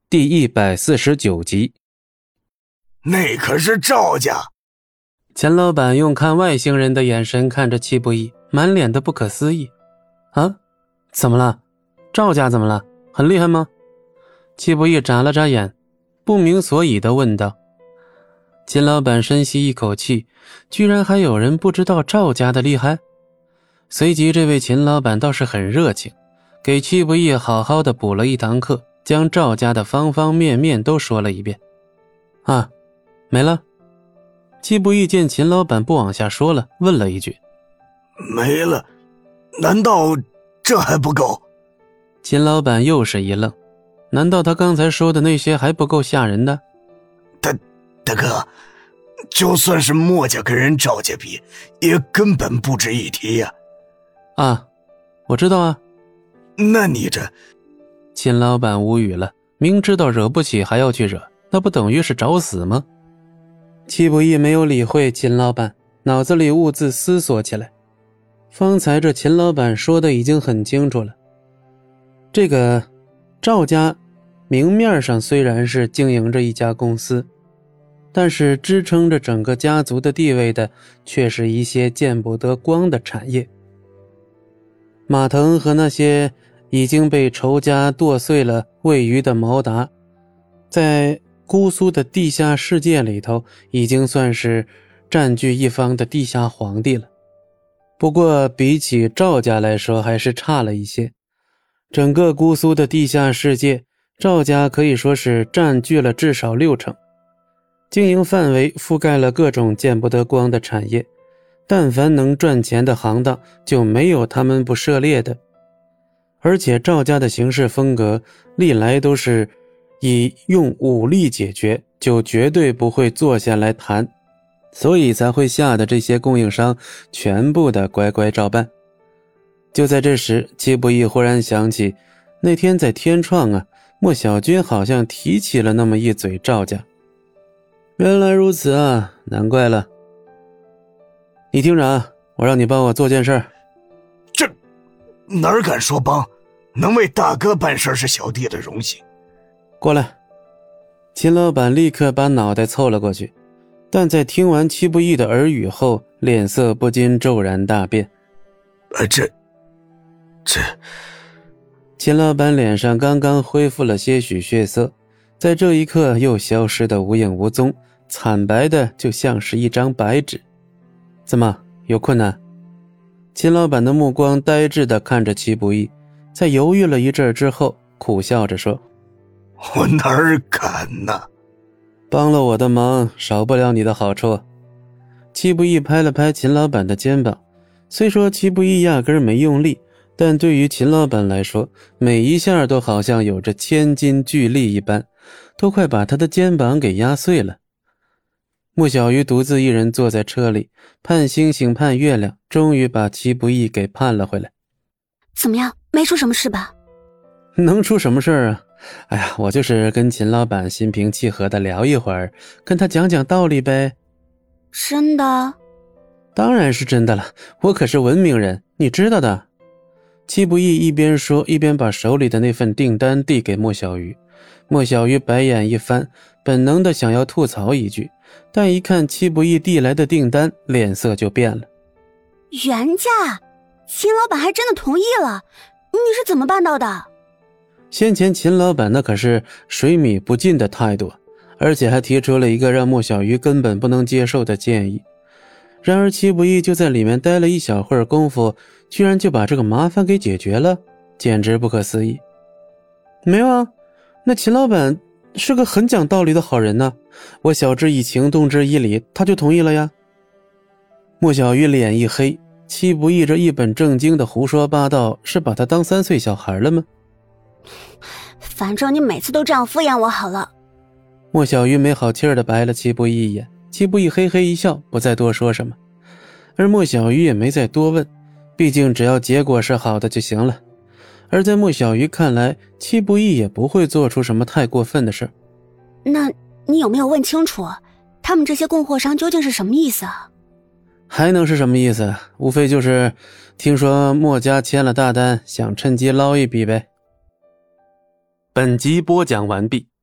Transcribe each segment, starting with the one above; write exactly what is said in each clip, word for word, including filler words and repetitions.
第一百四十九集。 那可是赵家。 钱老板用看外星人的眼神看着戚不义，满脸的不可思议。啊，怎么了？赵家怎么了？很厉害吗？戚不义眨了眨眼，不明所以地问道。秦老板深吸一口气，居然还有人不知道赵家的厉害。随即这位秦老板倒是很热情，给戚不义好好的补了一堂课，将赵家的方方面面都说了一遍。啊，没了？戚不义见秦老板不往下说了，问了一句。 没了？难道这还不够？ 秦老板又是一愣，难道他刚才说的那些还不够吓人的？ 大大哥，就算是墨家跟人赵家比，也根本不值一提呀。 啊，我知道啊。 那你这…… 秦老板无语了，明知道惹不起还要去惹，那不等于是找死吗？戚不义没有理会秦老板，脑子里兀自思索起来。方才这秦老板说的已经很清楚了，这个赵家明面上虽然是经营着一家公司，但是支撑着整个家族的地位的却是一些见不得光的产业。马腾和那些已经被仇家剁碎了喂鱼的毛达，在姑苏的地下世界里头已经算是占据一方的地下皇帝了。不过比起赵家来说还是差了一些，整个姑苏的地下世界，赵家可以说是占据了至少六成，经营范围覆盖了各种见不得光的产业，但凡能赚钱的行当就没有他们不涉猎的。而且赵家的行事风格历来都是以用武力解决，就绝对不会坐下来谈，所以才会吓得这些供应商全部的乖乖照办。就在这时，戚不义忽然想起那天在天创啊，莫小军好像提起了那么一嘴赵家。原来如此啊，难怪了。你听着啊，我让你帮我做件事。 这哪儿敢说帮，能为大哥办事是小弟的荣幸。 过来。秦老板立刻把脑袋凑了过去，但在听完戚不义的耳语后，脸色不禁骤然大变。 呃，这这秦老板脸上刚刚恢复了些许血色，在这一刻又消失得无影无踪，惨白的就像是一张白纸。怎么，有困难？秦老板的目光呆滞地看着戚不义，在犹豫了一阵之后，苦笑着说： 我哪儿敢呢？ 帮了我的忙，少不了你的好处。戚不义拍了拍秦老板的肩膀，虽说戚不义压根没用力，但对于秦老板来说，每一下都好像有着千斤巨力一般，都快把他的肩膀给压碎了。穆小鱼独自一人坐在车里，盼星星盼月亮，终于把戚不义给盼了回来。 怎么样，没出什么事吧？ 能出什么事啊？哎呀，我就是跟秦老板心平气和的聊一会儿，跟他讲讲道理呗。 真的？ 当然是真的了，我可是文明人，你知道的。戚不义一边说，一边把手里的那份订单递给莫小鱼。莫小鱼白眼一翻，本能的想要吐槽一句，但一看戚不义递来的订单，脸色就变了。 原价？秦老板还真的同意了，你是怎么办到的？ 先前秦老板那可是水米不进的态度，而且还提出了一个让莫小鱼根本不能接受的建议。然而戚不义就在里面待了一小会儿功夫，居然就把这个麻烦给解决了，简直不可思议。没有啊，那秦老板是个很讲道理的好人呢，我晓之以情，动之以理，他就同意了呀。莫小鱼脸一黑，戚不义这一本正经的胡说八道，是把他当三岁小孩了吗？ 反正你每次都这样敷衍我好了。 莫小鱼没好气儿地白了戚不义一眼，戚不义嘿嘿一笑，不再多说什么。而莫小鱼也没再多问，毕竟只要结果是好的就行了。而在莫小鱼看来，戚不义也不会做出什么太过分的事。 那你有没有问清楚，他们这些供货商究竟是什么意思啊？ 还能是什么意思？无非就是听说莫家签了大单，想趁机捞一笔呗。本集播讲完毕。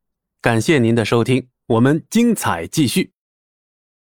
感谢您的收听，我们精彩继续。